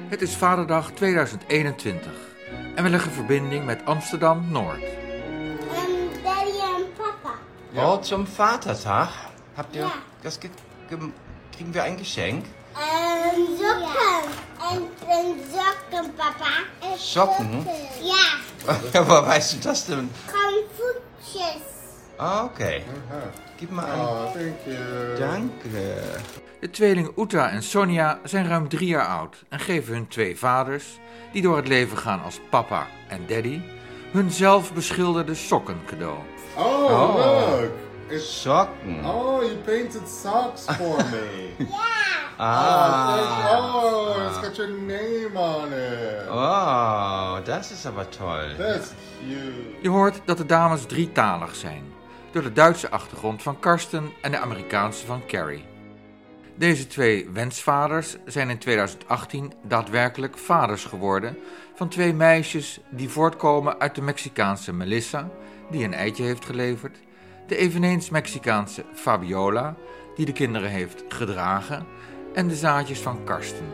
Het is Vaderdag 2021 en we leggen verbinding met Amsterdam-Noord. Daddy en Papa. Ja. Oh, zum Vatertag. Ja. Kriegen wir ein Geschenk? Sokken. En sokken, Papa. En Sokken? Ja, Woher weißt du das denn? gewoon voetjes. Ah, okay. Gib mal an. Oh, thank you. Danke. De tweelingen Uta en Sonja zijn ruim 3 jaar oud en geven hun 2 vaders, die door het leven gaan als papa en daddy, hun zelf beschilderde sokken cadeau. Oh, look. It's Socken. Oh, you painted socks for me. Ah. It's got your name on it. Oh, das ist aber toll. That's cute. Je hoort dat de dames drietalig zijn, door de Duitse achtergrond van Karsten en de Amerikaanse van Carrie. Deze 2 wensvaders zijn in 2018 daadwerkelijk vaders geworden van 2 meisjes die voortkomen uit de Mexicaanse Melissa, die een eitje heeft geleverd, de eveneens Mexicaanse Fabiola, die de kinderen heeft gedragen, en de zaadjes van Karsten.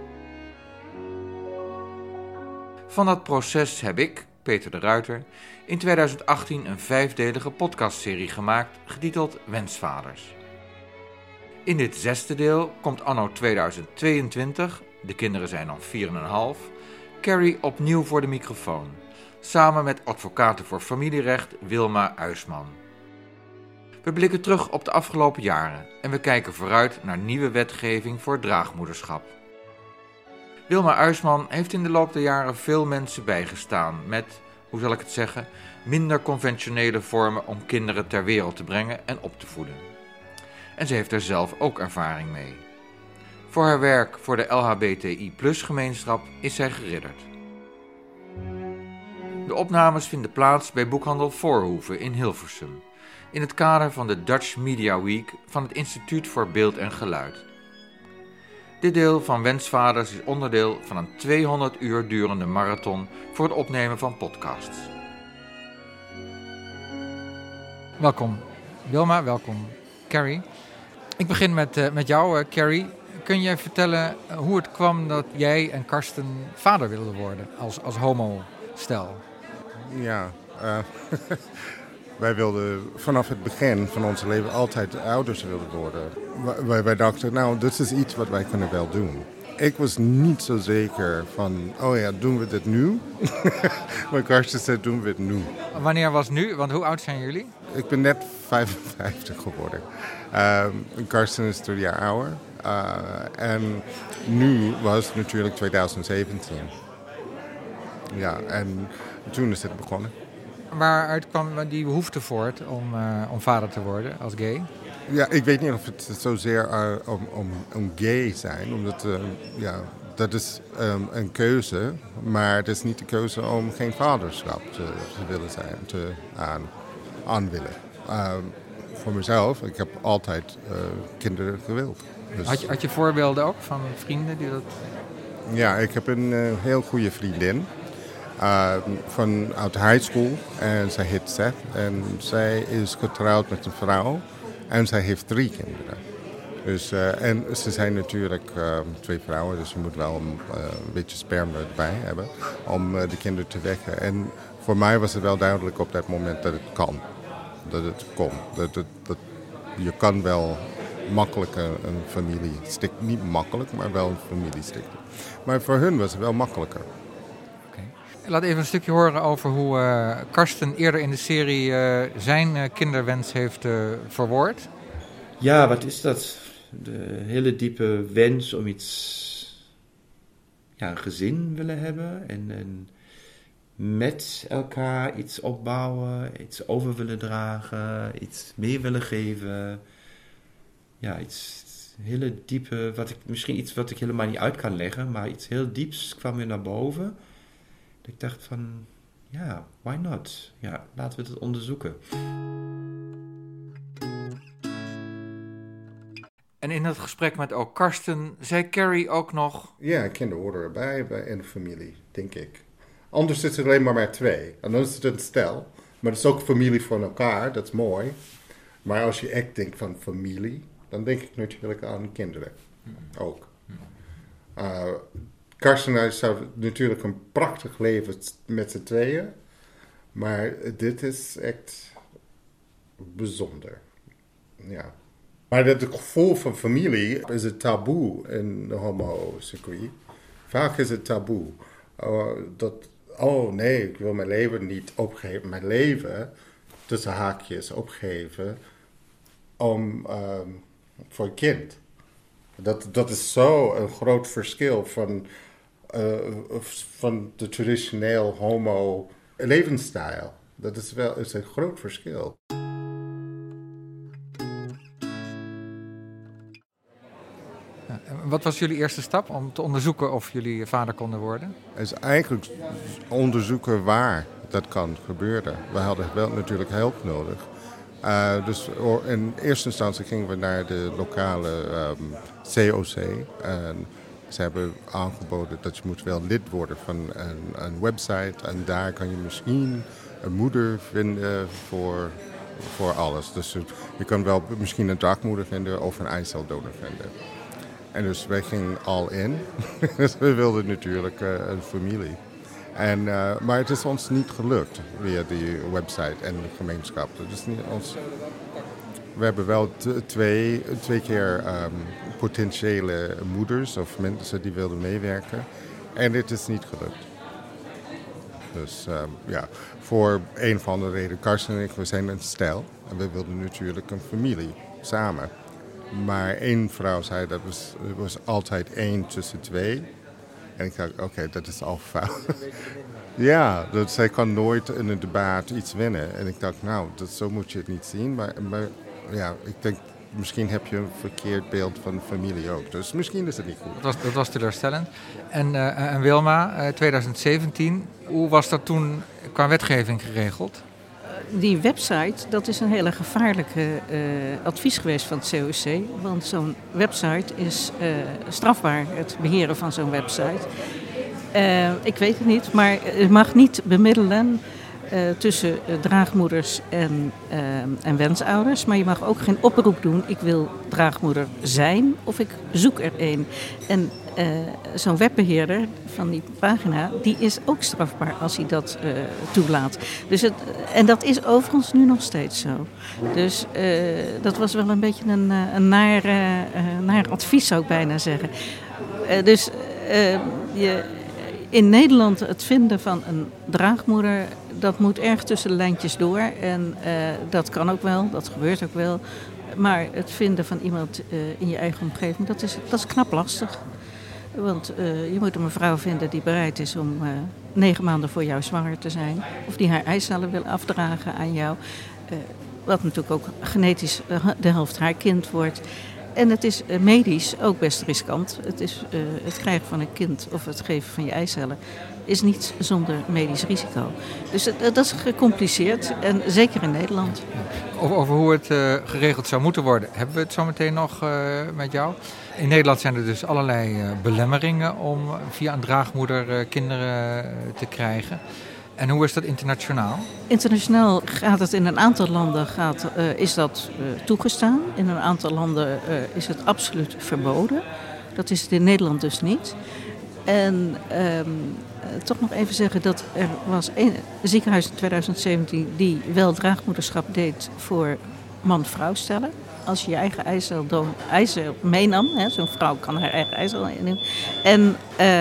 Van dat proces heb ik, Peter de Ruiter, in 2018 een 5-delige podcastserie gemaakt getiteld Wensvaders. In dit 6e deel komt anno 2022, de kinderen zijn dan 4,5, Carrie opnieuw voor de microfoon, samen met advocaat voor familierecht Wilma Uisman. We blikken terug op de afgelopen jaren en we kijken vooruit naar nieuwe wetgeving voor draagmoederschap. Wilma Uisman heeft in de loop der jaren veel mensen bijgestaan met, hoe zal ik het zeggen, minder conventionele vormen om kinderen ter wereld te brengen en op te voeden. En ze heeft er zelf ook ervaring mee. Voor haar werk voor de LHBTI+-gemeenschap is zij geridderd. De opnames vinden plaats bij boekhandel Voorhoeven in Hilversum, in het kader van de Dutch Media Week van het Instituut voor Beeld en Geluid. Dit deel van Wensvaders is onderdeel van een 200 uur durende marathon voor het opnemen van podcasts. Welkom Wilma, welkom Carrie. Ik begin met jou, Carrie. Kun jij vertellen hoe het kwam dat jij en Karsten vader wilden worden als homo-stel? Ja, wij wilden vanaf het begin van ons leven altijd ouders willen worden. Wij dachten, nou, dit is iets wat wij kunnen wel doen. Ik was niet zo zeker van, oh ja, doen we dit nu? Maar Karsten zei, doen we het nu. Wanneer was nu? Want hoe oud zijn jullie? Ik ben net 55 geworden. Karsten is 3 jaar ouder. En nu was het natuurlijk 2017. Ja, en toen is het begonnen. Waaruit kwam die behoefte voort om vader te worden als gay? Ja, ik weet niet of het zozeer om gay zijn. Omdat, dat is een keuze. Maar het is niet de keuze om geen vaderschap te willen zijn, aan willen. Voor mezelf, ik heb altijd kinderen gewild. Dus... Had je voorbeelden ook van vrienden die dat... Ja, ik heb een heel goede vriendin uit high school. En zij heet Seth. En zij is getrouwd met een vrouw. En zij heeft 3 kinderen. Dus, en ze zijn natuurlijk 2 vrouwen. Dus je moet wel een beetje sperma erbij hebben om de kinderen te wekken. En voor mij was het wel duidelijk op dat moment dat het kan. Dat het kon. Dat je kan wel makkelijk een familie stichten. Niet makkelijk, maar wel een familie stichten. Maar voor hun was het wel makkelijker. Okay. Laat even een stukje horen over hoe Karsten eerder in de serie zijn kinderwens heeft verwoord. Ja, wat is dat? De hele diepe wens om een gezin willen hebben en met elkaar iets opbouwen, iets over willen dragen, iets mee willen geven. Ja, iets hele diepe, iets wat ik helemaal niet uit kan leggen, maar iets heel dieps kwam weer naar boven. Ik dacht van, ja, why not? Ja, laten we het onderzoeken. En in het gesprek met ook Karsten zei Carrie ook nog... Ja, kinderen horen erbij in de familie, denk ik. Anders is het alleen maar 2. En dan is het een stel. Maar het is ook familie van elkaar, dat is mooi. Maar als je echt denkt van familie, dan denk ik natuurlijk aan kinderen. Ook. Karsten en hij zouden natuurlijk een prachtig leven met z'n tweeën. Maar dit is echt bijzonder. Ja. Maar het gevoel van familie is het taboe in de homo-circuit. Vaak is het taboe. Nee, ik wil mijn leven niet opgeven. Mijn leven, tussen haakjes, opgeven voor een kind. Dat is zo een groot verschil van de traditioneel homo levensstijl. Dat is een groot verschil. Wat was jullie eerste stap om te onderzoeken of jullie vader konden worden? Het is eigenlijk onderzoeken waar dat kan gebeuren. We hadden wel natuurlijk hulp nodig. Dus in eerste instantie gingen we naar de lokale COC. En ze hebben aangeboden dat je moet wel lid worden van een website. En daar kan je misschien een moeder vinden voor alles. Dus je kan wel misschien een draagmoeder vinden of een eiceldonor vinden. En dus wij gingen all in. Dus we wilden natuurlijk een familie. Maar het is ons niet gelukt via die website en de gemeenschap. Het is niet ons. We hebben wel twee keer potentiële moeders of mensen die wilden meewerken. En het is niet gelukt. Dus voor een of andere reden, Karsten en ik, we zijn een stel. En we wilden natuurlijk een familie samen. Maar één vrouw zei dat was altijd 1 tussen 2. En ik dacht, oké, dat is al fout. Ja, zij kan nooit in een debat iets winnen. En ik dacht, zo moet je het niet zien. Maar ja, ik denk, misschien heb je een verkeerd beeld van familie ook. Dus misschien is het niet goed. Dat was teleurstellend. En Wilma, 2017, hoe was dat toen qua wetgeving geregeld? Die website, dat is een hele gevaarlijke advies geweest van het COC. Want zo'n website is strafbaar, het beheren van zo'n website. Ik weet het niet, maar je mag niet bemiddelen tussen draagmoeders en wensouders. Maar je mag ook geen oproep doen, ik wil draagmoeder zijn of ik zoek er een. En zo'n webbeheerder van die pagina, die is ook strafbaar als hij dat toelaat. Dus en dat is overigens nu nog steeds zo. Dus dat was wel een beetje een naar advies, zou ik bijna zeggen. In Nederland het vinden van een draagmoeder, dat moet erg tussen de lijntjes door. En dat kan ook wel, dat gebeurt ook wel. Maar het vinden van iemand in je eigen omgeving, dat is knap lastig. Want je moet een mevrouw vinden die bereid is om 9 maanden voor jou zwanger te zijn. Of die haar eicellen wil afdragen aan jou. Wat natuurlijk ook genetisch de helft haar kind wordt. En het is medisch ook best riskant. Het krijgen van een kind of het geven van je eicellen is niet zonder medisch risico. Dus dat is gecompliceerd en zeker in Nederland. Over hoe het geregeld zou moeten worden, hebben we het zo meteen nog met jou. In Nederland zijn er dus allerlei belemmeringen om via een draagmoeder kinderen te krijgen. En hoe is dat internationaal? Internationaal gaat het in een aantal landen is dat toegestaan. In een aantal landen is het absoluut verboden. Dat is het in Nederland dus niet. En toch nog even zeggen dat er was een ziekenhuis in 2017 die wel draagmoederschap deed voor man-vrouw stellen. Als je je eigen eicel meenam, zo'n vrouw kan haar eigen eicel meenemen. En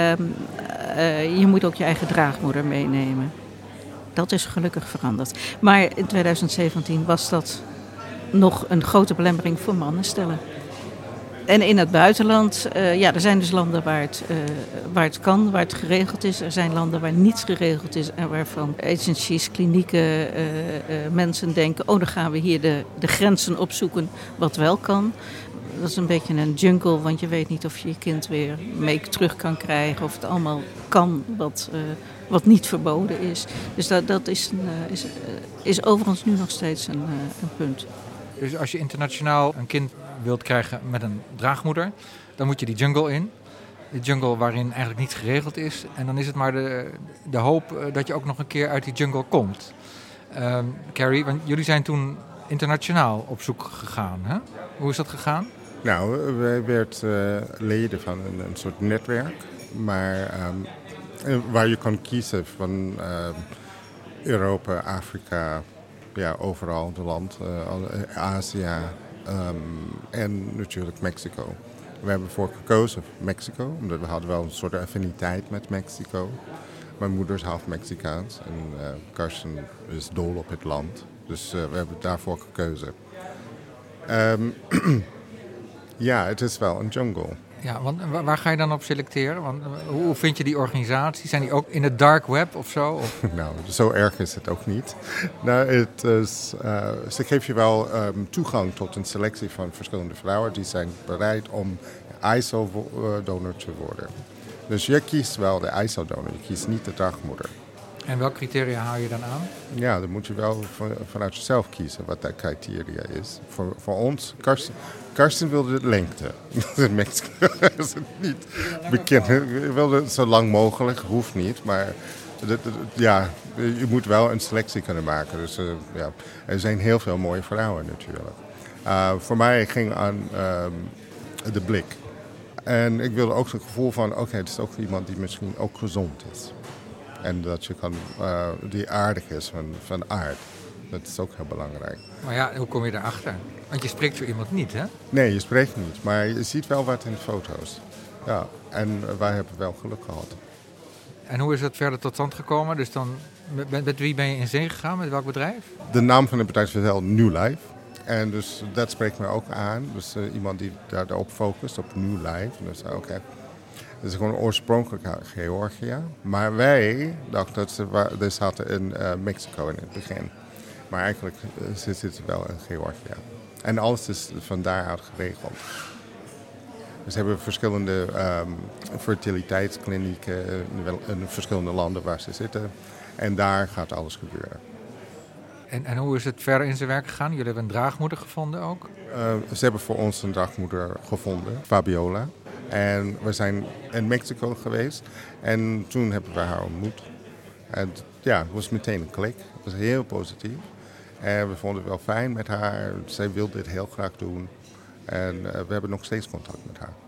je moet ook je eigen draagmoeder meenemen. Dat is gelukkig veranderd. Maar in 2017 was dat nog een grote belemmering voor mannen stellen. En in het buitenland, er zijn dus landen waar het kan, waar het geregeld is. Er zijn landen waar niets geregeld is en waarvan agencies, klinieken, mensen denken, dan gaan we hier de grenzen opzoeken wat wel kan. Dat is een beetje een jungle, want je weet niet of je je kind weer mee terug kan krijgen. Of het allemaal kan wat niet verboden is. Dus dat is overigens nu nog steeds een punt. Dus als je internationaal een kind wilt krijgen met een draagmoeder, dan moet je die jungle in. Die jungle waarin eigenlijk niets geregeld is. En dan is het maar de hoop dat je ook nog een keer uit die jungle komt. Carrie, want jullie zijn toen internationaal op zoek gegaan. Hè? Hoe is dat gegaan? Nou, wij werd leden van een soort netwerk, maar waar je kan kiezen van Europa, Afrika, ja, overal de land, Azië en natuurlijk Mexico. We hebben ervoor gekozen voor Mexico, omdat we hadden wel een soort affiniteit met Mexico. Mijn moeder is half Mexicaans en Karsten is dol op het land, dus we hebben daarvoor gekozen. Ja, het is wel een jungle. Ja, want waar ga je dan op selecteren? Want, hoe vind je die organisatie? Zijn die ook in het dark web of zo? Of? Nou, zo erg is het ook niet. Nou, ze geven je wel toegang tot een selectie van verschillende vrouwen die zijn bereid om ISO-donor te worden. Dus je kiest wel de ISO-donor, je kiest niet de dagmoeder. En welke criteria hou je dan aan? Ja, dan moet je wel vanuit jezelf kiezen wat dat criteria is. Voor ons, Karsten wilde de lengte. In Mexico is het niet bekend. We wilden het zo lang mogelijk, hoeft niet. Maar ja, je moet wel een selectie kunnen maken. Dus ja, er zijn heel veel mooie vrouwen natuurlijk. Voor mij ging aan de blik. En ik wilde ook het gevoel van, oké, het is ook iemand die misschien ook gezond is. En dat je kan, die aardig is van aard. Dat is ook heel belangrijk. Maar ja, hoe kom je daarachter? Want je spreekt zo iemand niet, hè? Nee, je spreekt niet. Maar je ziet wel wat in de foto's. Ja, en wij hebben wel geluk gehad. En hoe is het verder tot stand gekomen? Dus dan, met wie ben je in zee gegaan? Met welk bedrijf? De naam van het bedrijf is wel New Life. En dus dat spreekt me ook aan. Dus iemand die daarop focust, op New Life. Dus oké. Het is gewoon oorspronkelijk uit Georgië. Maar wij dachten dat ze zaten in Mexico in het begin. Maar eigenlijk zitten ze wel in Georgië. En alles is van daaruit geregeld. Dus we hebben verschillende fertiliteitsklinieken in verschillende landen waar ze zitten. En daar gaat alles gebeuren. En hoe is het verder in zijn werk gegaan? Jullie hebben een draagmoeder gevonden ook? Ze hebben voor ons een draagmoeder gevonden, Fabiola. En we zijn in Mexico geweest en toen hebben we haar ontmoet. En ja, het was meteen een klik. Het was heel positief. En we vonden het wel fijn met haar. Zij wilde dit heel graag doen. En we hebben nog steeds contact met haar.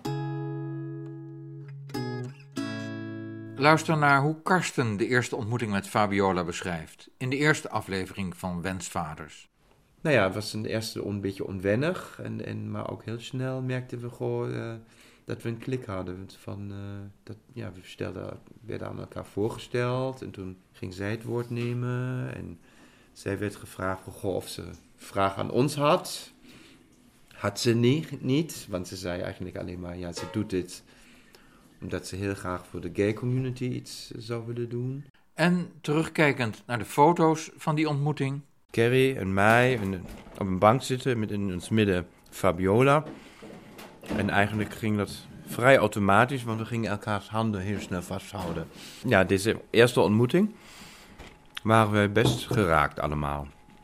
Luister naar hoe Karsten de eerste ontmoeting met Fabiola beschrijft. In de eerste aflevering van Wensvaders. Nou ja, het was in de eerste een beetje onwennig. Maar ook heel snel merkten we gewoon dat we een klik hadden. We werden aan elkaar voorgesteld. En toen ging zij het woord nemen. En zij werd gevraagd of ze vragen aan ons had. Had ze niet, want ze zei eigenlijk alleen maar, ja, ze doet dit omdat ze heel graag voor de gay community iets zou willen doen. En terugkijkend naar de foto's van die ontmoeting. Carrie en mij op een bank zitten met in ons midden Fabiola. En eigenlijk ging dat vrij automatisch, want we gingen elkaars handen heel snel vasthouden. Ja, deze eerste ontmoeting waren we best geraakt allemaal.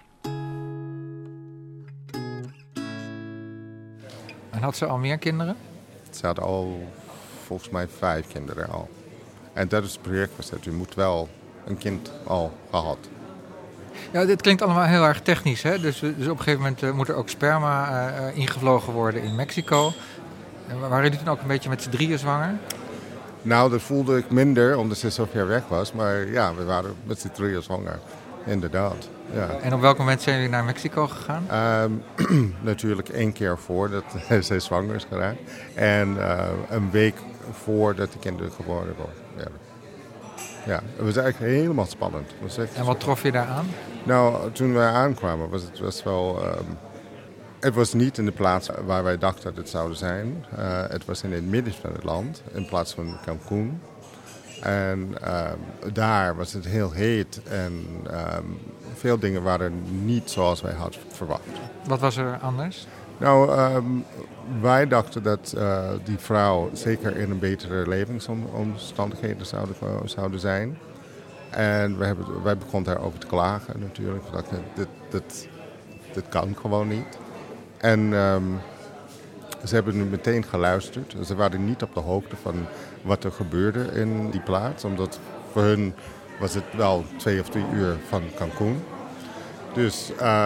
En had ze al meer kinderen? Ze had al volgens mij 5 kinderen al. En dat is het project. Je moet wel een kind al gehad. Ja, dit klinkt allemaal heel erg technisch, hè? Dus op een gegeven moment moet er ook sperma ingevlogen worden in Mexico. Waren jullie toen ook een beetje met z'n drieën zwanger? Nou, dat voelde ik minder, omdat ze zo ver weg was. Maar ja, we waren met z'n drieën zwanger. Inderdaad, ja. En op welk moment zijn jullie naar Mexico gegaan? Natuurlijk 1 keer voordat zij zwanger is geraakt. En een week voordat de kinderen geboren werden. Ja, het was eigenlijk helemaal spannend. En wat trof je daar aan? Nou, toen wij aankwamen was het best wel... Het was niet in de plaats waar wij dachten dat het zou zijn. Het was in het midden van het land, in plaats van Cancún. En daar was het heel heet en veel dingen waren niet zoals wij hadden verwacht. Wat was er anders? Nou, wij dachten dat die vrouw zeker in een betere levensomstandigheden zouden zijn. En wij begonnen daarover te klagen natuurlijk. We dachten, dit kan gewoon niet. En ze hebben nu meteen geluisterd. Ze waren niet op de hoogte van wat er gebeurde in die plaats. Omdat voor hun was het wel 2 of 3 uur van Cancún. Dus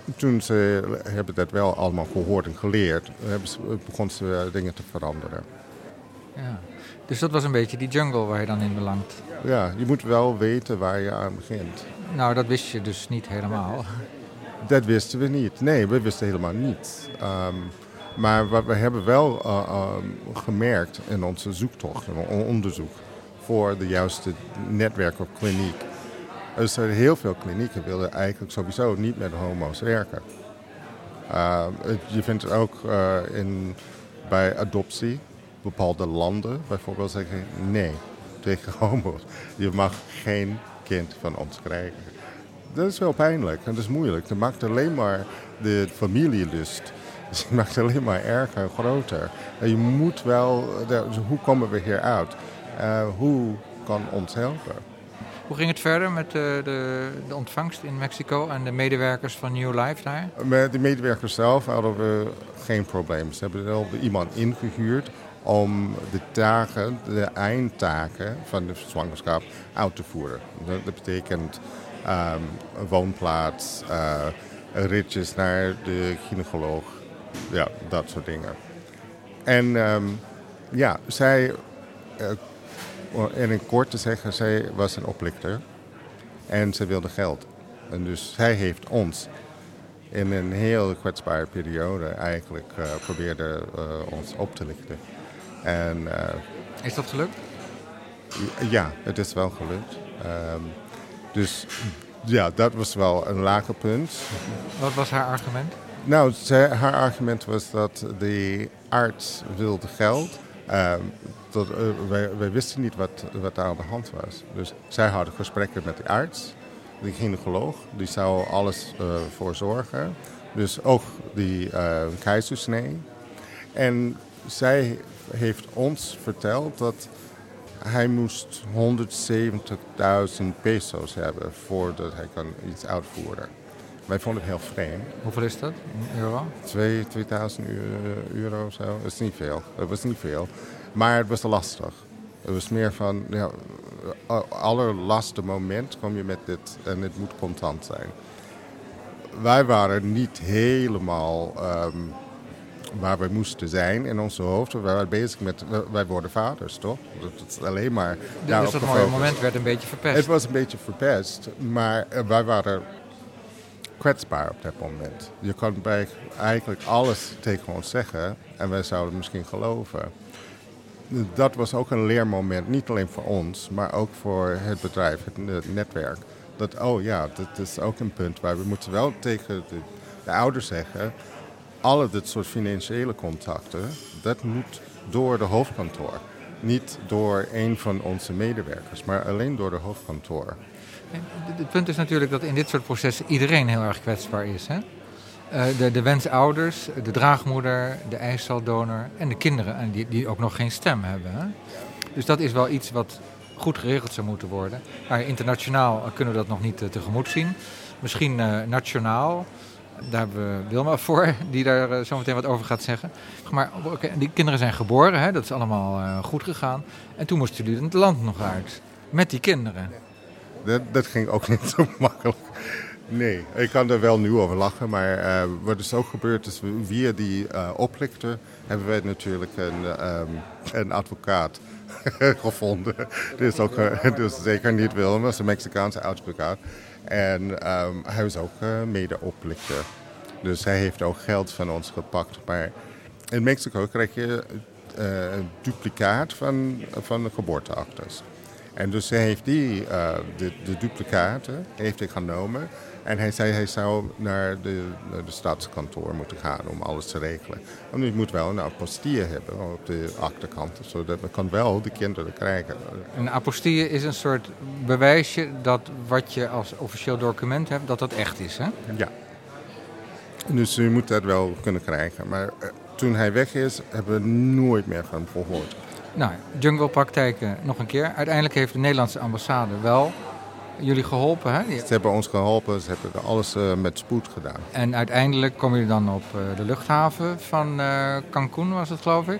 toen ze hebben dat wel allemaal gehoord en geleerd, begonnen ze dingen te veranderen. Ja. Dus dat was een beetje die jungle waar je dan in belandt. Ja, je moet wel weten waar je aan begint. Nou, dat wist je dus niet helemaal. Dat wisten we niet. Nee, we wisten helemaal niet. Maar wat we hebben wel gemerkt in onze zoektocht, in ons onderzoek voor de juiste netwerk of kliniek. Dus er heel veel klinieken wilden eigenlijk sowieso niet met homo's werken. Je vindt het ook bij adoptie. Bepaalde landen bijvoorbeeld zeggen nee tegen homo's. Je mag geen kind van ons krijgen. Dat is wel pijnlijk en dat is moeilijk. Dat maakt alleen maar de familielust. Dus het maakt het alleen maar erger en groter. En je moet wel, hoe komen we hier uit? Hoe kan ons helpen? Hoe ging het verder met de ontvangst in Mexico en de medewerkers van New Life daar? Met de medewerkers zelf hadden we geen probleem. Ze hebben wel iemand ingehuurd om de eindtaken van de zwangerschap uit te voeren. Dat betekent een woonplaats, ritjes naar de gynaecoloog, ja, dat soort dingen. En zij, en in kort te zeggen, zij was een oplichter en ze wilde geld. En dus zij heeft ons in een heel kwetsbare periode eigenlijk probeerde ons op te lichten. En, is dat gelukt? Ja, het is wel gelukt. Dus ja, dat was wel een lager punt. Wat was haar argument? Nou, haar argument was dat de arts wilde geld. Wij wisten niet wat daar aan de hand was. Dus zij hadden gesprekken met de arts, de gynaecoloog. Die zou alles voor zorgen. Dus ook die keizersnee. En zij heeft ons verteld dat hij moest 170.000 peso's hebben voordat hij kan iets uitvoeren. Wij vonden het heel vreemd. Hoeveel is dat in euro? 2000 euro of zo. Dat is niet veel. Het was niet veel. Maar het was lastig. Het was meer van, ja, allerlaatste moment kom je met dit en het moet contant zijn. Wij waren niet helemaal waar we moesten zijn in onze hoofd. We waren bezig met, wij worden vaders, toch? Dat is alleen maar dus dat mooie moment werd een beetje verpest. Het was een beetje verpest, maar wij waren kwetsbaar op dat moment. Je kan eigenlijk alles tegen ons zeggen en wij zouden misschien geloven. Dat was ook een leermoment, niet alleen voor ons, maar ook voor het bedrijf, het netwerk. Dat is ook een punt waar we moeten wel tegen de ouders zeggen, alle dit soort financiële contacten, dat moet door de hoofdkantoor. Niet door een van onze medewerkers, maar alleen door de hoofdkantoor. Het punt is natuurlijk dat in dit soort processen iedereen heel erg kwetsbaar is. Hè? De wensouders, de draagmoeder, de eicelsceldonor en de kinderen en die ook nog geen stem hebben. Hè? Dus dat is wel iets wat goed geregeld zou moeten worden. Maar internationaal kunnen we dat nog niet tegemoet zien. Misschien nationaal. Daar hebben we Wilma voor, die daar zo meteen wat over gaat zeggen. Maar die kinderen zijn geboren, hè? Dat is allemaal goed gegaan. En toen moesten jullie het land nog uit. Met die kinderen. Dat ging ook niet zo makkelijk. Nee, ik kan er wel nu over lachen. Maar wat is ook gebeurd is, via die oplichter hebben wij natuurlijk een advocaat gevonden. Dit is ook dus zeker niet Wilma, dat is een Mexicaanse advocaat. En hij was ook mede-oplichter. Dus hij heeft ook geld van ons gepakt. Maar in Mexico krijg je een duplicaat van de geboorteactes. En dus hij heeft de duplicaten heeft hij genomen. En hij zei hij zou naar de stadskantoor moeten gaan om alles te regelen. Want je moet wel een apostille hebben op de achterkant. Zodat we kan wel de kinderen krijgen. Een apostille is een soort bewijsje dat wat je als officieel document hebt, dat echt is, hè? Ja. Dus je moet dat wel kunnen krijgen. Maar toen hij weg is, hebben we nooit meer van hem gehoord. Nou, junglepraktijken nog een keer. Uiteindelijk heeft de Nederlandse ambassade wel jullie geholpen, hè? Ze hebben ons geholpen, ze hebben alles met spoed gedaan. En uiteindelijk kom je dan op de luchthaven van Cancún, was het geloof ik.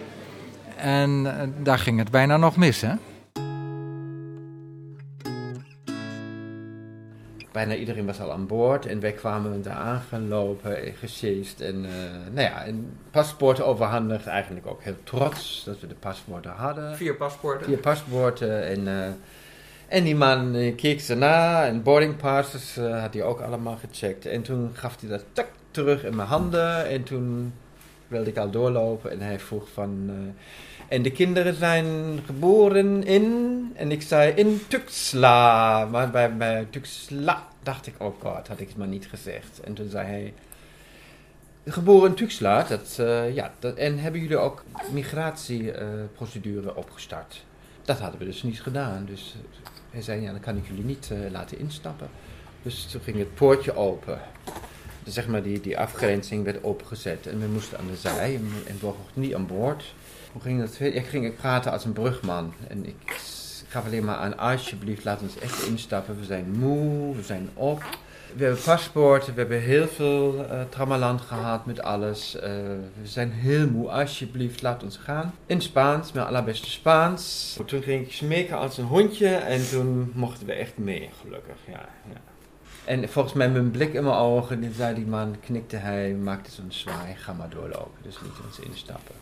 En daar ging het bijna nog mis, hè? bijna iedereen was al aan boord en wij kwamen daar aangelopen, gesjeest en en paspoorten overhandigd. Eigenlijk ook heel trots dat we de paspoorten hadden. 4 paspoorten? 4 paspoorten en die man keek ze na en boarding passes had hij ook allemaal gecheckt. En toen gaf hij dat terug in mijn handen en toen wilde ik al doorlopen en hij vroeg van... en de kinderen zijn geboren en ik zei in Tuxtla. Maar bij Tuxtla dacht ik, oh god, had ik het maar niet gezegd. En toen zei hij, geboren in Tuxtla, en hebben jullie ook migratieprocedure opgestart? Dat hadden we dus niet gedaan. Dus hij zei, ja, dan kan ik jullie niet laten instappen. Dus toen ging het poortje open. Dus zeg maar die afgrenzing werd opengezet en we moesten aan de zij en we mochten niet aan boord. Hoe ging dat? Ik ging praten als een brugman en ik gaf alleen maar aan, alsjeblieft, laat ons echt instappen. We zijn moe, we zijn op. We hebben paspoorten, we hebben heel veel tramaland gehad met alles. We zijn heel moe, alsjeblieft, laat ons gaan. In Spaans, mijn allerbeste Spaans. Toen ging ik smeken als een hondje en toen mochten we echt mee, gelukkig. Ja. En volgens mij mijn blik in mijn ogen, die zei die man, knikte hij, maakte zo'n zwaai, ga maar doorlopen. Dus liet ons instappen.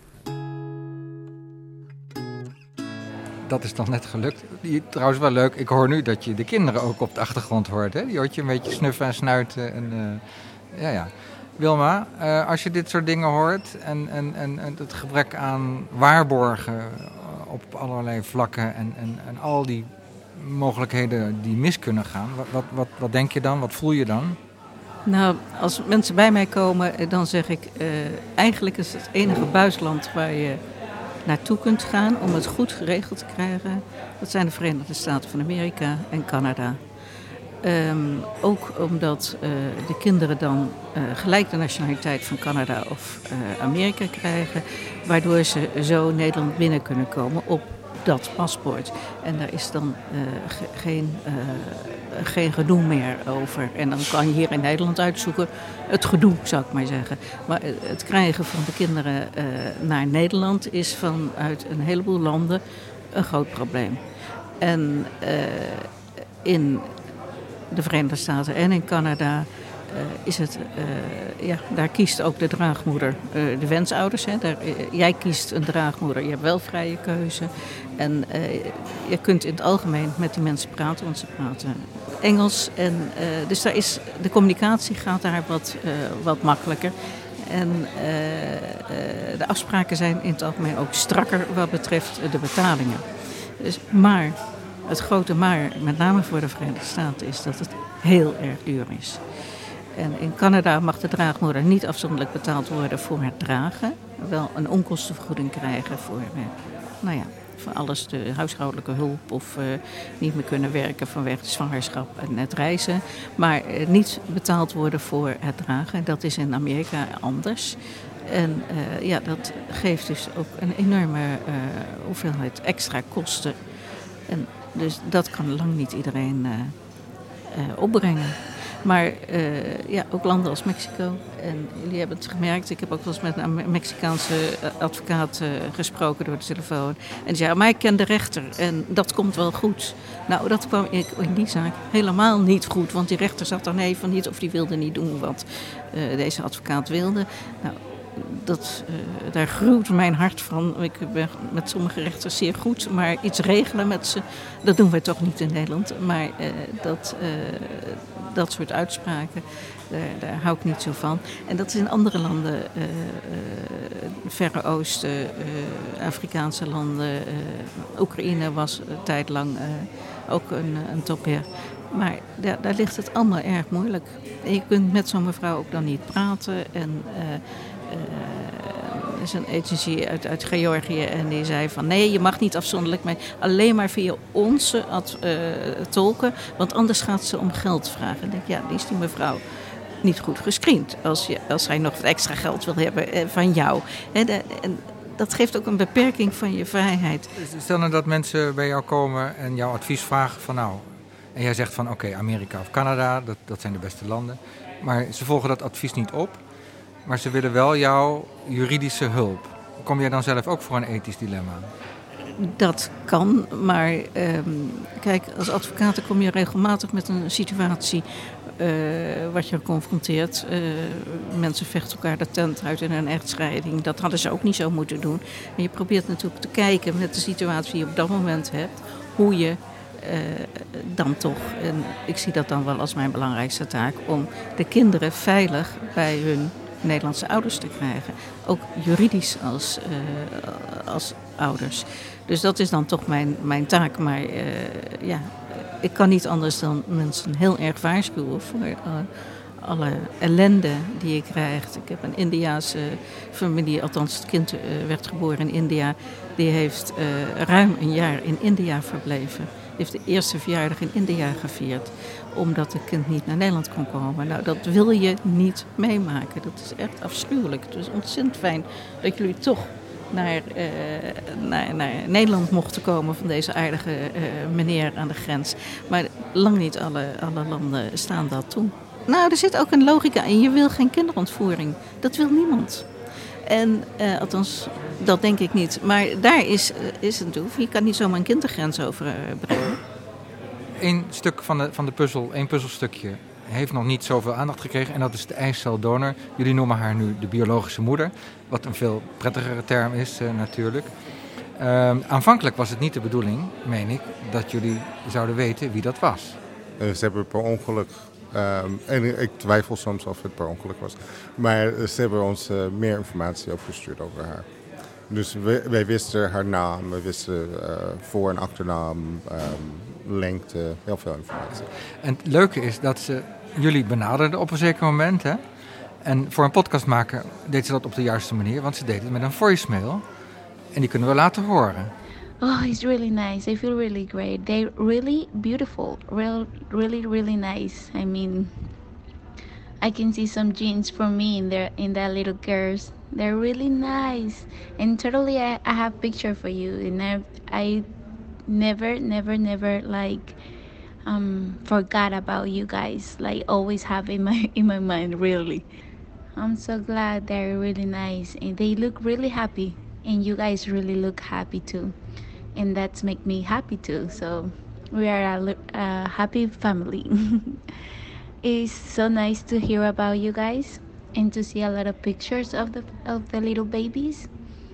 Dat is dan net gelukt. Trouwens wel leuk, ik hoor nu dat je de kinderen ook op de achtergrond hoort. Hè? Die hoort je een beetje snuffen en snuiten. Ja. Wilma, als je dit soort dingen hoort en het gebrek aan waarborgen op allerlei vlakken en al die mogelijkheden die mis kunnen gaan, wat denk je dan? Wat voel je dan? Nou, als mensen bij mij komen, dan zeg ik... eigenlijk is het enige buitenland waar je naartoe kunt gaan om het goed geregeld te krijgen. Dat zijn de Verenigde Staten van Amerika en Canada. Ook omdat de kinderen dan gelijk de nationaliteit van Canada of Amerika krijgen. Waardoor ze zo Nederland binnen kunnen komen op dat paspoort. En daar is dan geen gedoe meer over. En dan kan je hier in Nederland uitzoeken het gedoe, zou ik maar zeggen. Maar het krijgen van de kinderen naar Nederland is vanuit een heleboel landen een groot probleem. En in de Verenigde Staten en in Canada is het, daar kiest ook de draagmoeder de wensouders. Hè. Jij kiest een draagmoeder, je hebt wel vrije keuze. En je kunt in het algemeen met die mensen praten, want ze praten Engels. En, dus de communicatie gaat daar wat makkelijker. En de afspraken zijn in het algemeen ook strakker wat betreft de betalingen. Dus, maar het grote maar, met name voor de Verenigde Staten, is dat het heel erg duur is. En in Canada mag de draagmoeder niet afzonderlijk betaald worden voor het dragen. Wel een onkostenvergoeding krijgen voor alles, de huishoudelijke hulp of niet meer kunnen werken vanwege de zwangerschap en het reizen. Maar niet betaald worden voor het dragen. Dat is in Amerika anders. En dat geeft dus ook een enorme hoeveelheid extra kosten. En dus dat kan lang niet iedereen opbrengen. Maar ook landen als Mexico. En jullie hebben het gemerkt. Ik heb ook wel eens met een Mexicaanse advocaat gesproken door de telefoon. En die zei, maar ik ken de rechter en dat komt wel goed. Nou, dat kwam in die zaak helemaal niet goed. Want die rechter zat dan even niet of die wilde niet doen wat deze advocaat wilde. Nou, daar gruwt mijn hart van. Ik ben met sommige rechters zeer goed, maar iets regelen met ze, dat doen wij toch niet in Nederland. Maar dat soort uitspraken, daar hou ik niet zo van. En dat is in andere landen, Verre Oosten, Afrikaanse landen. Oekraïne was een tijd lang ook een topheer. Maar daar ligt het allemaal erg moeilijk. En je kunt met zo'n mevrouw ook dan niet praten. En er is een agency uit Georgië en die zei van nee, je mag niet afzonderlijk, maar alleen maar via onze tolken, want anders gaat ze om geld vragen. Ik denk, ja, die is die mevrouw niet goed gescreend als zij nog wat extra geld wil hebben van jou. En dat geeft ook een beperking van je vrijheid. Stel nou dat mensen bij jou komen en jouw advies vragen van nou, en jij zegt van oké, Amerika of Canada, dat zijn de beste landen, maar ze volgen dat advies niet op. Maar ze willen wel jouw juridische hulp. Kom jij dan zelf ook voor een ethisch dilemma? Dat kan, maar kijk, als advocaat kom je regelmatig met een situatie wat je confronteert. Mensen vechten elkaar de tent uit in een echtscheiding. Dat hadden ze ook niet zo moeten doen. En je probeert natuurlijk te kijken met de situatie die je op dat moment hebt, hoe je dan toch, en ik zie dat dan wel als mijn belangrijkste taak, om de kinderen veilig bij hun Nederlandse ouders te krijgen. Ook juridisch als ouders. Dus dat is dan toch mijn taak. Maar ik kan niet anders dan mensen heel erg waarschuwen voor alle ellende die je krijgt. Ik heb een Indiase familie, althans het kind werd geboren in India. Die heeft ruim een jaar in India verbleven. Die heeft de eerste verjaardag in India gevierd, omdat het kind niet naar Nederland kon komen. Nou, dat wil je niet meemaken. Dat is echt afschuwelijk. Het is ontzettend fijn dat jullie toch naar Nederland mochten komen van deze aardige meneer aan de grens. Maar lang niet alle landen staan dat toe. Nou, er zit ook een logica in. Je wil geen kinderontvoering. Dat wil niemand. En althans, dat denk ik niet. Maar daar is het toe. Je kan niet zomaar een kind de grens overbrengen. Eén stuk van de puzzel, één puzzelstukje, heeft nog niet zoveel aandacht gekregen. En dat is de eiceldonor. Jullie noemen haar nu de biologische moeder. Wat een veel prettigere term is natuurlijk. Aanvankelijk was het niet de bedoeling, meen ik, dat jullie zouden weten wie dat was. Ze hebben per ongeluk, en ik twijfel soms of het per ongeluk was, maar ze hebben ons meer informatie opgestuurd over haar. Dus wij wisten haar naam, we wisten voor- en achternaam, lengte, heel veel informatie. En het leuke is dat ze jullie benaderden op een zeker moment. Hè? En voor een podcast maken deed ze dat op de juiste manier, want ze deed het met een voicemail. En die kunnen we laten horen. Oh, it's really nice. I feel really great. They're really beautiful. Really, really nice. I mean, I can see some genes for me in that little girls. They're really nice. And totally, I have a picture for you. And I never like forgot about you guys. Like always have in my mind. Really, I'm so glad they're really nice and they look really happy. And you guys really look happy too. And that's make me happy too. So we are a happy family. It's so nice to hear about you guys and to see a lot of pictures of the little babies.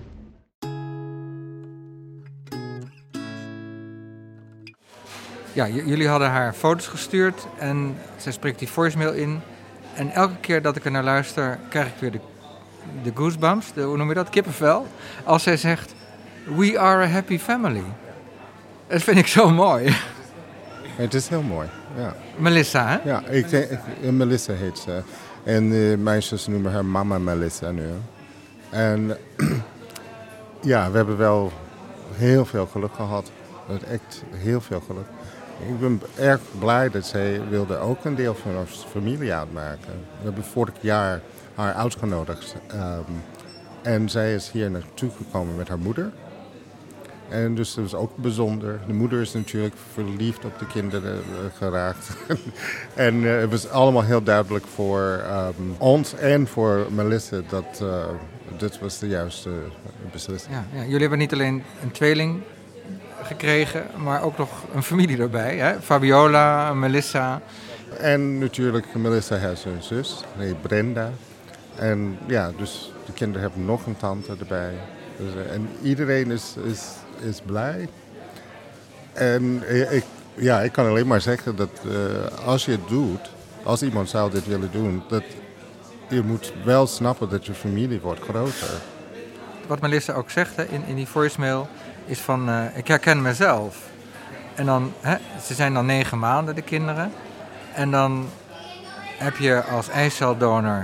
Ja, jullie hadden haar foto's gestuurd en zij spreekt die voicemail in. En elke keer dat ik er naar luister, krijg ik weer de goosebumps, hoe noem je dat, kippenvel. Als zij zegt, we are a happy family. Dat vind ik zo mooi. Het is heel mooi, ja. Melissa, hè? Ja, Melissa heet ze. En mijn zus noemen haar mama Melissa nu. En ja, we hebben wel heel veel geluk gehad. Echt heel veel geluk. Ik ben erg blij dat zij wilde ook een deel van onze familie uitmaken. We hebben vorig jaar haar uitgenodigd. En zij is hier naartoe gekomen met haar moeder. En dus dat was ook bijzonder. De moeder is natuurlijk verliefd op de kinderen geraakt. En het was allemaal heel duidelijk voor ons en voor Melissa dat dit was de juiste beslissing. Ja, jullie hebben niet alleen een tweeling gekregen, maar ook nog een familie erbij. Hè? Fabiola, Melissa. En natuurlijk Melissa heeft een zus, Brenda. En ja, dus de kinderen hebben nog een tante erbij. Dus, en iedereen is blij. En ik kan alleen maar zeggen dat als je het doet, als iemand zou dit willen doen, dat je moet wel snappen dat je familie wordt groter. Wat Melissa ook zegt in die voicemail is van, ik herken mezelf. En dan, ze zijn dan 9 maanden, de kinderen. En dan heb je als eiceldonor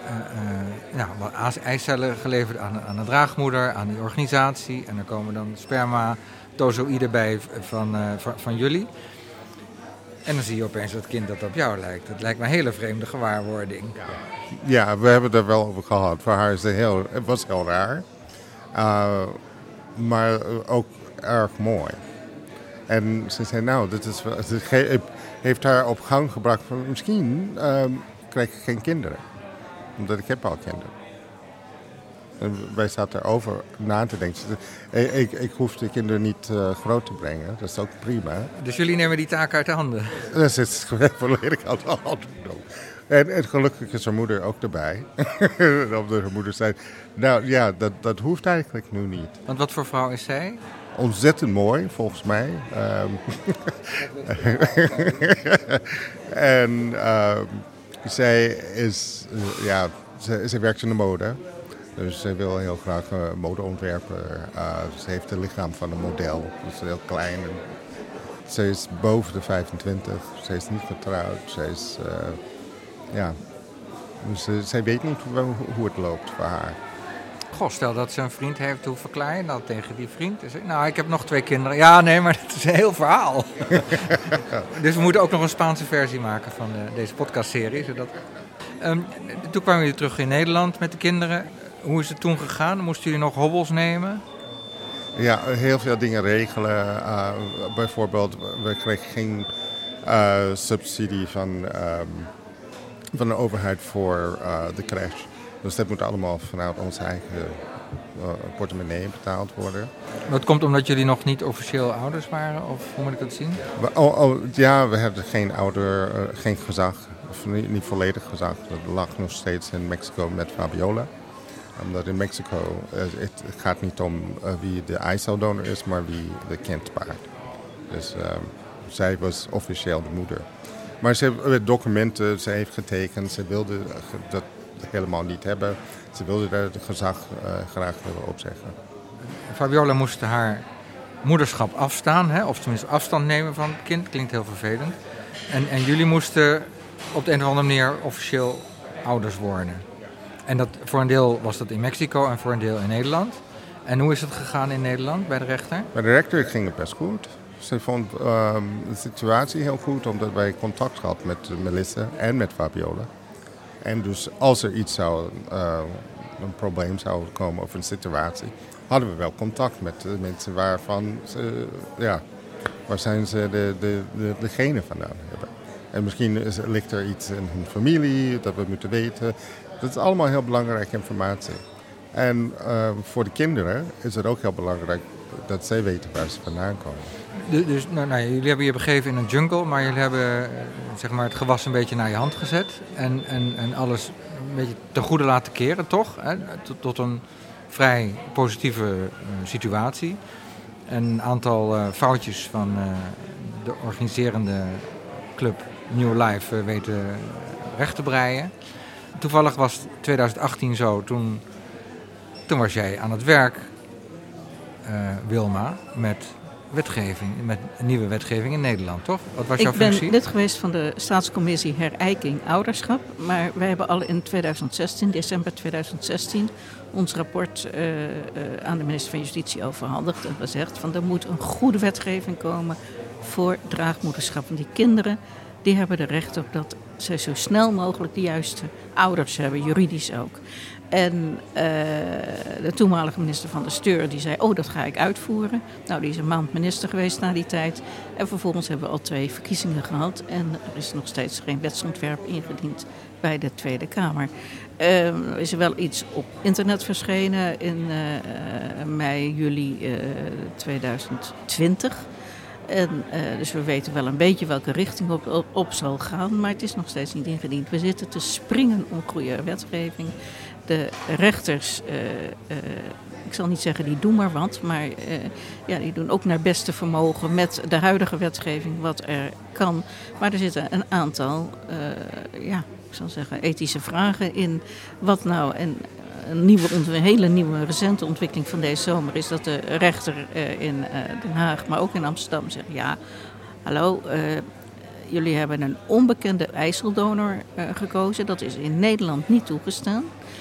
eicellen geleverd aan de draagmoeder, aan die organisatie. En dan komen dan spermatozoïden bij van jullie. En dan zie je opeens dat kind dat op jou lijkt. Dat lijkt me een hele vreemde gewaarwording. Ja, we hebben het er wel over gehad. Voor haar is het was heel raar. Maar ook erg mooi. En ze zei, heeft haar op gang gebracht van misschien krijg ik geen kinderen. Omdat ik heb al kinderen. En wij zaten erover na te denken. Ik hoef de kinderen niet groot te brengen. Dat is ook prima. Dus jullie nemen die taak uit de handen? Dat is volledig uit de hand. En gelukkig is haar moeder ook erbij. Op de moeder zei, nou ja, dat hoeft eigenlijk nu niet. Want wat voor vrouw is zij? Ontzettend mooi, volgens mij. En zij is, zij werkt in de mode. Dus zij wil heel graag mode ontwerpen. Ze heeft het lichaam van een model. Dus heel klein. Ze is boven de 25. Ze is niet getrouwd. Ze is, Dus zij weet niet hoe het loopt voor haar. Goh, stel dat ze een vriend heeft, hoe verklaar je dat tegen die vriend? Nou, ik heb nog 2 kinderen. Ja, nee, maar dat is een heel verhaal. Dus we moeten ook nog een Spaanse versie maken van deze podcastserie. Zodat... Toen kwamen jullie terug in Nederland met de kinderen. Hoe is het toen gegaan? Moesten jullie nog hobbels nemen? Ja, heel veel dingen regelen. Bijvoorbeeld, we kregen geen subsidie van de overheid voor de crash. Dus dat moet allemaal vanuit ons eigen portemonnee betaald worden. Dat komt omdat jullie nog niet officieel ouders waren? Of hoe moet ik dat zien? We hebben geen gezag. Of niet volledig gezag. Dat lag nog steeds in Mexico met Fabiola. Omdat in Mexico, het gaat niet om wie de eicel-donor is, maar wie de kind baart. Dus zij was officieel de moeder. Maar ze heeft documenten, ze heeft getekend, ze wilde dat helemaal niet hebben. Ze wilde daar het gezag graag willen opzeggen. Fabiola moest haar moederschap afstaan, hè? Of tenminste afstand nemen van het kind. Klinkt heel vervelend. En jullie moesten op de een of andere manier officieel ouders worden. En dat, voor een deel was dat in Mexico en voor een deel in Nederland. En hoe is het gegaan in Nederland bij de rechter? Bij de rechter ging het best goed. Ze vond de situatie heel goed, omdat wij contact hadden met Melissa en met Fabiola. En dus als er iets een probleem zou komen of een situatie, hadden we wel contact met de mensen waarvan waar zijn ze degene vandaan hebben. En misschien ligt er iets in hun familie dat we moeten weten. Dat is allemaal heel belangrijke informatie. En voor de kinderen is het ook heel belangrijk dat zij weten waar ze vandaan komen. Dus jullie hebben je begeven in een jungle, maar jullie hebben zeg maar, het gewas een beetje naar je hand gezet. En alles een beetje ten goede laten keren, toch? Hè? Tot een vrij positieve situatie. Een aantal foutjes van de organiserende club New Life weten recht te breien. Toevallig was 2018 zo, toen was jij aan het werk, Wilma, met wetgeving, met een nieuwe wetgeving in Nederland, toch? Wat was jouw functie? Ik ben lid geweest van de Staatscommissie Herijking Ouderschap, maar wij hebben al in december 2016, ons rapport aan de minister van Justitie overhandigd en gezegd van er moet een goede wetgeving komen voor draagmoederschap. Want die kinderen, die hebben er recht op dat zij zo snel mogelijk de juiste ouders hebben, juridisch ook. En de toenmalige minister van de Steur die zei, dat ga ik uitvoeren. Nou, die is een maand minister geweest na die tijd. En vervolgens hebben we al 2 verkiezingen gehad. En er is nog steeds geen wetsontwerp ingediend bij de Tweede Kamer. Er is er wel iets op internet verschenen in mei, juli 2020. En, dus we weten wel een beetje welke richting op zal gaan, maar het is nog steeds niet ingediend. We zitten te springen om goede wetgeving. De rechters, ik zal niet zeggen die doen maar wat, maar die doen ook naar beste vermogen met de huidige wetgeving wat er kan. Maar er zitten een aantal, ik zal zeggen, ethische vragen in. Wat nou, en een hele nieuwe recente ontwikkeling van deze zomer is dat de rechter in Den Haag, maar ook in Amsterdam zegt, hallo, jullie hebben een onbekende eiceldonor gekozen. Dat is in Nederland niet toegestaan.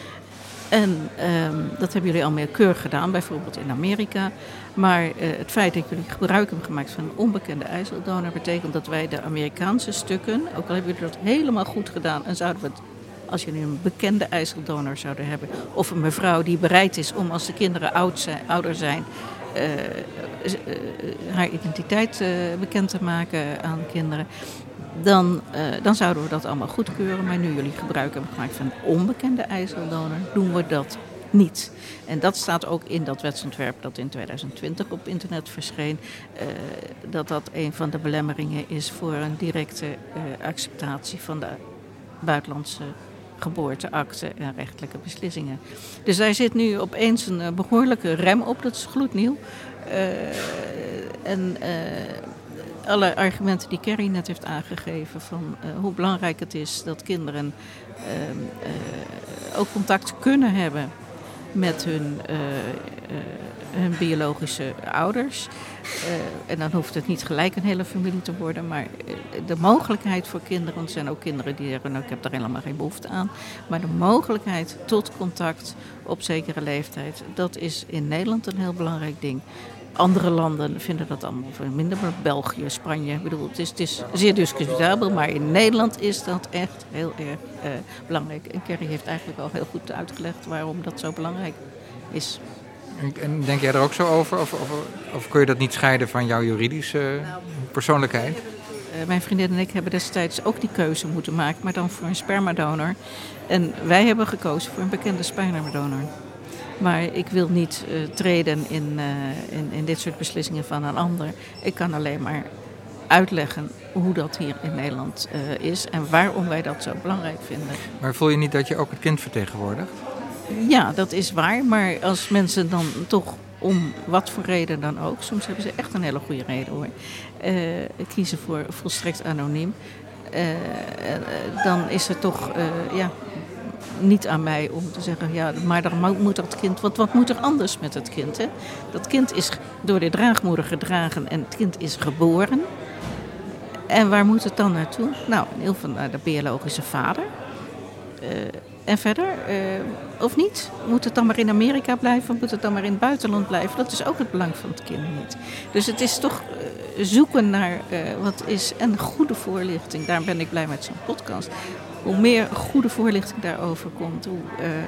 En dat hebben jullie al meer keurig gedaan, bijvoorbeeld in Amerika. Maar het feit dat jullie gebruik hebben gemaakt van een onbekende eiceldonor betekent dat wij de Amerikaanse stukken, ook al hebben jullie dat helemaal goed gedaan en zouden we het, als jullie een bekende eiceldonor zouden hebben, of een mevrouw die bereid is om als de kinderen ouder zijn, haar identiteit bekend te maken aan de kinderen, dan zouden we dat allemaal goedkeuren. Maar nu jullie gebruik hebben gemaakt van een onbekende eiceldonor, doen we dat niet. En dat staat ook in dat wetsontwerp dat in 2020 op internet verscheen. Dat een van de belemmeringen is voor een directe acceptatie van de buitenlandse geboorteakte en rechtelijke beslissingen. Dus daar zit nu opeens een behoorlijke rem op, dat is gloednieuw. Alle argumenten die Carrie net heeft aangegeven van hoe belangrijk het is dat kinderen ook contact kunnen hebben met hun biologische ouders. En dan hoeft het niet gelijk een hele familie te worden, maar de mogelijkheid voor kinderen, er zijn ook kinderen die zeggen, nou, ik heb daar helemaal geen behoefte aan, maar de mogelijkheid tot contact op zekere leeftijd, dat is in Nederland een heel belangrijk ding. Andere landen vinden dat allemaal minder, maar België, Spanje, ik bedoel, het is zeer discutabel, maar in Nederland is dat echt heel erg belangrijk. En Carrie heeft eigenlijk al heel goed uitgelegd waarom dat zo belangrijk is. En denk jij er ook zo over? Of kun je dat niet scheiden van jouw juridische persoonlijkheid? Mijn vriendin en ik hebben destijds ook die keuze moeten maken, maar dan voor een spermadonor. En wij hebben gekozen voor een bekende spermadonor. Maar ik wil niet treden in dit soort beslissingen van een ander. Ik kan alleen maar uitleggen hoe dat hier in Nederland is en waarom wij dat zo belangrijk vinden. Maar voel je niet dat je ook het kind vertegenwoordigt? Ja, dat is waar. Maar als mensen dan toch om wat voor reden dan ook, soms hebben ze echt een hele goede reden hoor, kiezen voor volstrekt anoniem, dan is het toch niet aan mij om te zeggen, ja, maar dan moet dat kind, wat moet er anders met het kind? Hè? Dat kind is door de draagmoeder gedragen en het kind is geboren. En waar moet het dan naartoe? Nou, in ieder geval naar de biologische vader. En verder, of niet? Moet het dan maar in Amerika blijven? Of moet het dan maar in het buitenland blijven? Dat is ook het belang van het kind niet. Dus het is toch zoeken naar wat is en goede voorlichting. Daar ben ik blij met zo'n podcast. Hoe meer goede voorlichting daarover komt, hoe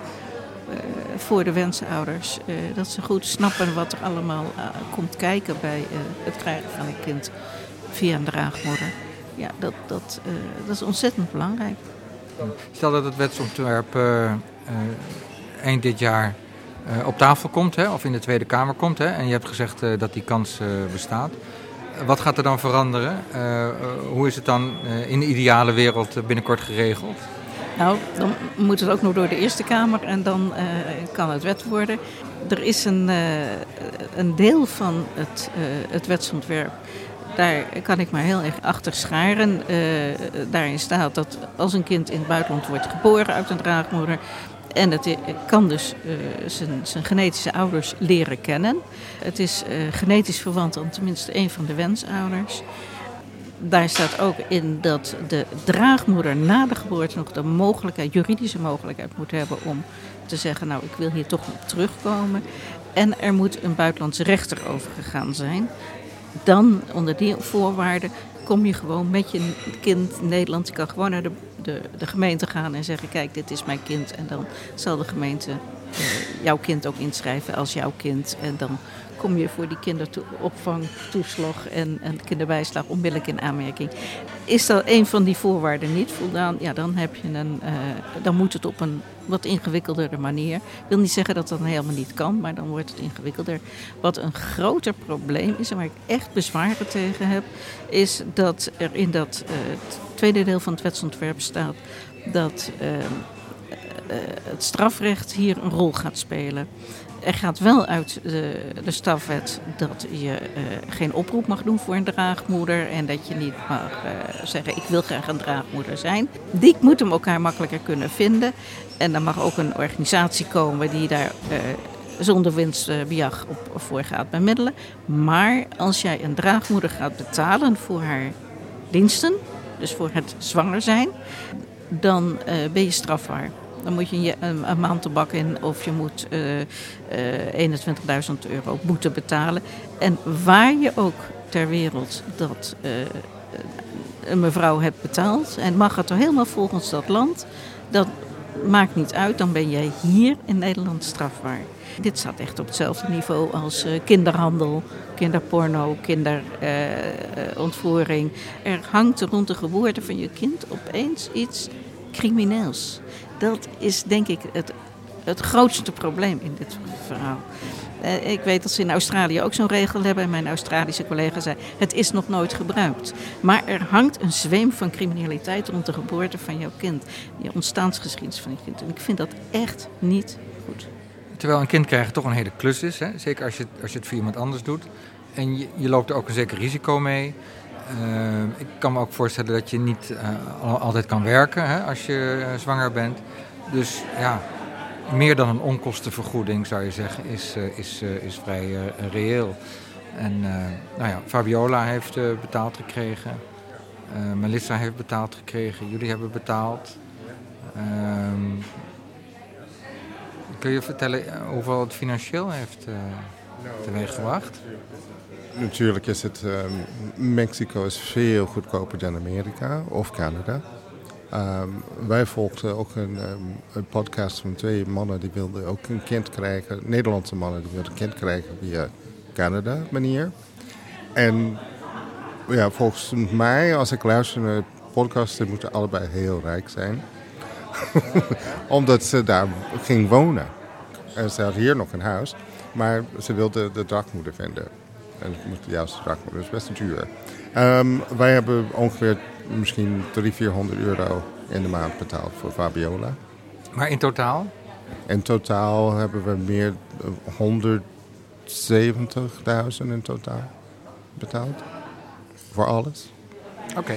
voor de wensouders, dat ze goed snappen wat er allemaal komt kijken bij het krijgen van een kind via een draagmoeder. Ja, dat is ontzettend belangrijk. Stel dat het wetsontwerp eind dit jaar op tafel komt, hè, of in de Tweede Kamer komt, hè, en je hebt gezegd dat die kans bestaat. Wat gaat er dan veranderen? Hoe is het dan in de ideale wereld binnenkort geregeld? Nou, dan moet het ook nog door de Eerste Kamer en dan kan het wet worden. Er is een deel van het wetsontwerp. Daar kan ik maar heel erg achter scharen. Daarin staat dat als een kind in het buitenland wordt geboren uit een draagmoeder en het kan dus zijn genetische ouders leren kennen. Het is genetisch verwant aan tenminste één van de wensouders. Daar staat ook in dat de draagmoeder na de geboorte nog de juridische mogelijkheid moet hebben om te zeggen, nou, ik wil hier toch op terugkomen. En er moet een buitenlandse rechter over gegaan zijn. Dan, onder die voorwaarden, kom je gewoon met je kind in Nederland. Je kan gewoon naar de gemeente gaan en zeggen, kijk, dit is mijn kind. En dan zal de gemeente jouw kind ook inschrijven als jouw kind. En dan kom je voor die kinderopvang, toeslag en kinderbijslag onmiddellijk in aanmerking. Is dat een van die voorwaarden niet voldaan, ja, dan heb je dan moet het op een wat ingewikkeldere manier. Ik wil niet zeggen dat dat helemaal niet kan, maar dan wordt het ingewikkelder. Wat een groter probleem is en waar ik echt bezwaren tegen heb, is dat er in dat tweede deel van het wetsontwerp staat dat het strafrecht hier een rol gaat spelen. Er gaat wel uit de strafwet dat je geen oproep mag doen voor een draagmoeder en dat je niet mag zeggen, ik wil graag een draagmoeder zijn. Die moeten elkaar makkelijker kunnen vinden en er mag ook een organisatie komen die daar zonder winstbejag voor gaat bemiddelen. Maar als jij een draagmoeder gaat betalen voor haar diensten, dus voor het zwanger zijn, dan ben je strafbaar. Dan moet je een maand de bak in of je moet €21.000 boete betalen. En waar je ook ter wereld dat een mevrouw hebt betaald en mag het er helemaal volgens dat land, dat maakt niet uit, dan ben jij hier in Nederland strafbaar. Dit staat echt op hetzelfde niveau als kinderhandel, kinderporno, kinderontvoering. Er hangt rond de geboorte van je kind opeens iets crimineels. Dat is denk ik het het grootste probleem in dit verhaal. Ik weet dat ze in Australië ook zo'n regel hebben. En mijn Australische collega zei, het is nog nooit gebruikt. Maar er hangt een zweem van criminaliteit rond de geboorte van jouw kind. Je ontstaansgeschiedenis van je kind. En ik vind dat echt niet goed. Terwijl een kind krijgen toch een hele klus is. Hè? Zeker als je het voor iemand anders doet. En je loopt er ook een zeker risico mee. Ik kan me ook voorstellen dat je niet altijd kan werken, hè, als je zwanger bent. Dus ja, meer dan een onkostenvergoeding zou je zeggen is vrij reëel. En Fabiola heeft betaald gekregen. Melissa heeft betaald gekregen. Jullie hebben betaald. Kun je vertellen hoeveel het financieel heeft teweeggebracht? Natuurlijk is het, Mexico is veel goedkoper dan Amerika of Canada. Wij volgden ook een podcast van 2 mannen die wilden ook een kind krijgen. Nederlandse mannen die wilden een kind krijgen via Canada manier. En ja, volgens mij, als ik luister naar de podcast, die moeten allebei heel rijk zijn. Omdat ze daar ging wonen. En ze had hier nog een huis, maar ze wilde de dragmoeder vinden. En het moet de juiste dragmoeder, dat is best duur. Wij hebben ongeveer misschien 300-400 euro in de maand betaald voor Fabiola. Maar in totaal? In totaal hebben we meer 170.000 in totaal betaald. Voor alles. Oké.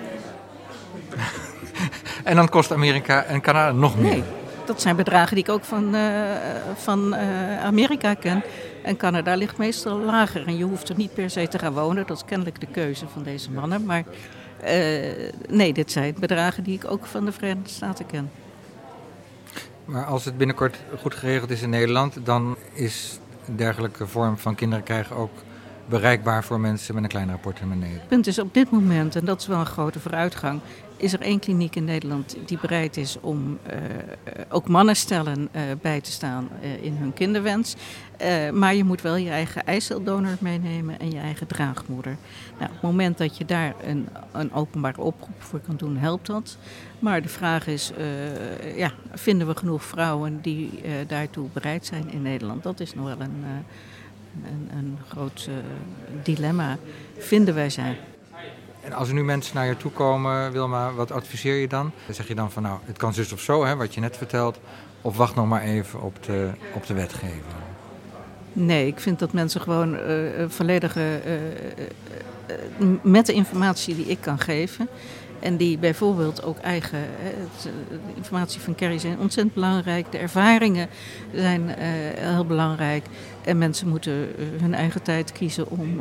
En dan kost Amerika en Canada nog meer? Nee, dat zijn bedragen die ik ook van Amerika ken. En Canada ligt meestal lager. En je hoeft er niet per se te gaan wonen. Dat is kennelijk de keuze van deze mannen. Maar nee, dit zijn bedragen die ik ook van de Verenigde Staten ken. Maar als het binnenkort goed geregeld is in Nederland, dan is een dergelijke vorm van kinderen krijgen ook bereikbaar voor mensen met een kleinere portemonnee. Het punt is op dit moment, en dat is wel een grote vooruitgang, is er 1 kliniek in Nederland die bereid is om ook mannenstellen bij te staan in hun kinderwens. Maar je moet wel je eigen eiceldonor meenemen en je eigen draagmoeder. Nou, op het moment dat je daar een openbare oproep voor kan doen, helpt dat. Maar de vraag is, vinden we genoeg vrouwen die daartoe bereid zijn in Nederland? Dat is nog wel een groot dilemma. Vinden wij zij? En als er nu mensen naar je toe komen, Wilma, wat adviseer je dan? Dan zeg je dan van nou, het kan zus of zo, hè, wat je net vertelt. Of wacht nog maar even op de wetgeving. Nee, ik vind dat mensen gewoon volledige met de informatie die ik kan geven. En die bijvoorbeeld ook eigen, de informatie van Carrie zijn ontzettend belangrijk. De ervaringen zijn heel belangrijk. En mensen moeten hun eigen tijd kiezen om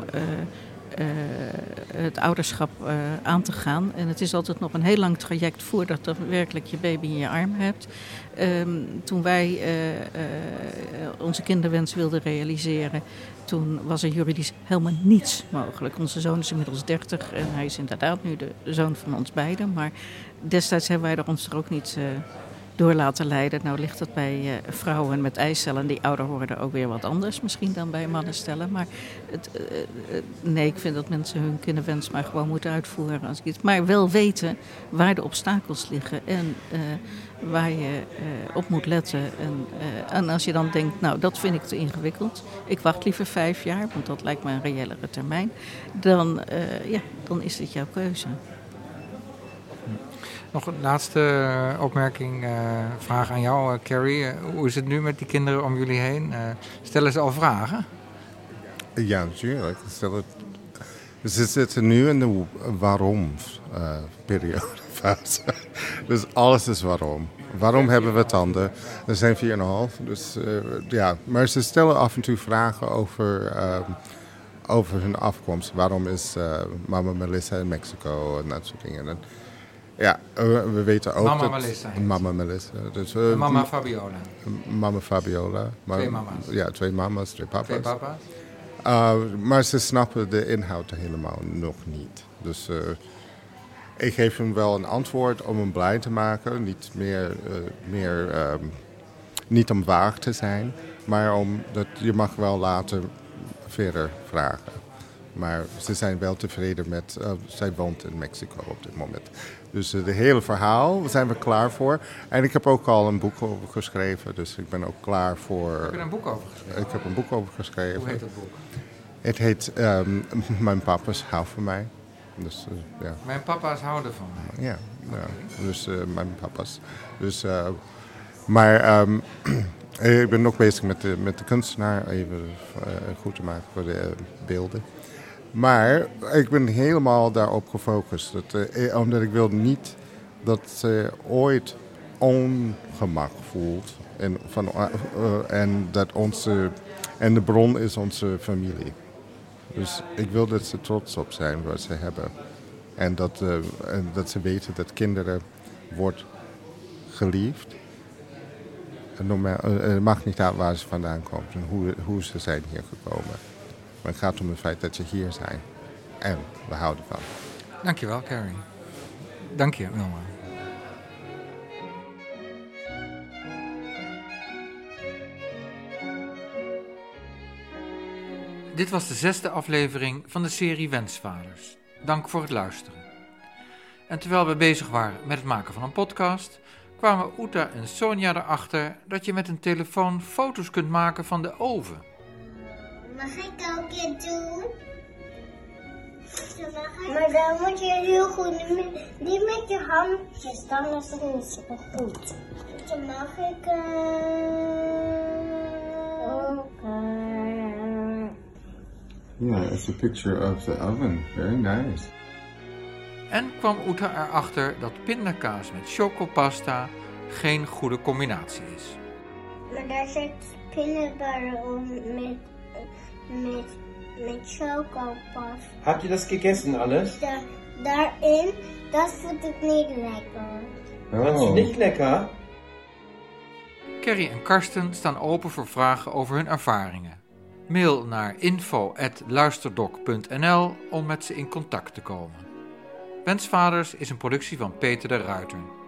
het ouderschap aan te gaan. En het is altijd nog een heel lang traject voordat je werkelijk je baby in je arm hebt. Toen wij onze kinderwens wilden realiseren, toen was er juridisch helemaal niets mogelijk. Onze zoon is inmiddels 30 en hij is inderdaad nu de zoon van ons beiden. Maar destijds hebben wij ons er ook niet door laten leiden. Nou ligt dat bij vrouwen met eicellen die ouder worden ook weer wat anders misschien dan bij mannenstellen. Maar nee, ik vind dat mensen hun kinderwens maar gewoon moeten uitvoeren. Maar wel weten waar de obstakels liggen en waar je op moet letten. En als je dan denkt, nou dat vind ik te ingewikkeld. Ik wacht liever 5 jaar, want dat lijkt me een reëlere termijn. Dan is dit jouw keuze. Nog een laatste opmerking, vraag aan jou, Carrie. Hoe is het nu met die kinderen om jullie heen? Stellen ze al vragen? Ja, natuurlijk. Ze zitten nu in de waarom-periodefase. Dus alles is waarom. Waarom hebben we tanden? Er zijn 4,5. Dus maar ze stellen af en toe vragen over hun afkomst. Waarom is mama Melissa in Mexico en dat soort dingen. En, ja, we weten ook Mama Melissa. Mama Melissa. Dus, Mama Fabiola. Mama Fabiola. 2 mama's. Ja, 2 mama's, 2 papa's. 2 papa's. Maar ze snappen de inhoud helemaal nog niet. Dus ik geef hem wel een antwoord om hem blij te maken. Niet niet om vaag te zijn, maar omdat je mag wel later verder vragen. Maar ze zijn wel tevreden met... zij woont in Mexico op dit moment. Dus het hele verhaal zijn we klaar voor. En ik heb ook al een boek over geschreven. Dus ik ben ook klaar voor... Heb je er een boek over geschreven? Ik heb een boek over geschreven. Hoe heet dat boek? Het heet Mijn papa's hou van mij. Dus, ja. Mijn papa's houden van mij. Ja, dus mijn papa's. Dus, maar ik ben nog bezig met de kunstenaar, even goed te maken voor de beelden. Maar ik ben helemaal daarop gefocust. Omdat ik wil niet dat ze ooit ongemak voelt. En de bron is onze familie. Dus ik wil dat ze trots op zijn wat ze hebben. En dat ze weten dat kinderen wordt geliefd. Het maakt niet uit waar ze vandaan komen en hoe ze zijn hier gekomen. Maar het gaat om het feit dat ze hier zijn. En we houden van. Dankjewel, Carrie. Dank je, Wilma. Dit was de 6e aflevering van de serie Wensvaders. Dank voor het luisteren. En terwijl we bezig waren met het maken van een podcast, kwamen Uta en Sonja erachter dat je met een telefoon foto's kunt maken van de oven. Mag ik ook een keer doen? Maar dan moet je heel goed, niet met je handjes, dan is het niet zo goed. Dan mag ik Yeah, it's a picture of the oven. Very nice. En kwam Uta erachter dat pindakaas met chocopasta geen goede combinatie is. Maar daar zit peanutbutter om met chocopas. Habt ihr das gegessen alles? Daarin, dat vond ik niet lekker. Das ist nicht lecker. Carrie en Karsten staan open voor vragen over hun ervaringen. Mail naar info@luisterdoc.nl om met ze in contact te komen. Wensvaders is een productie van Peter de Ruiter.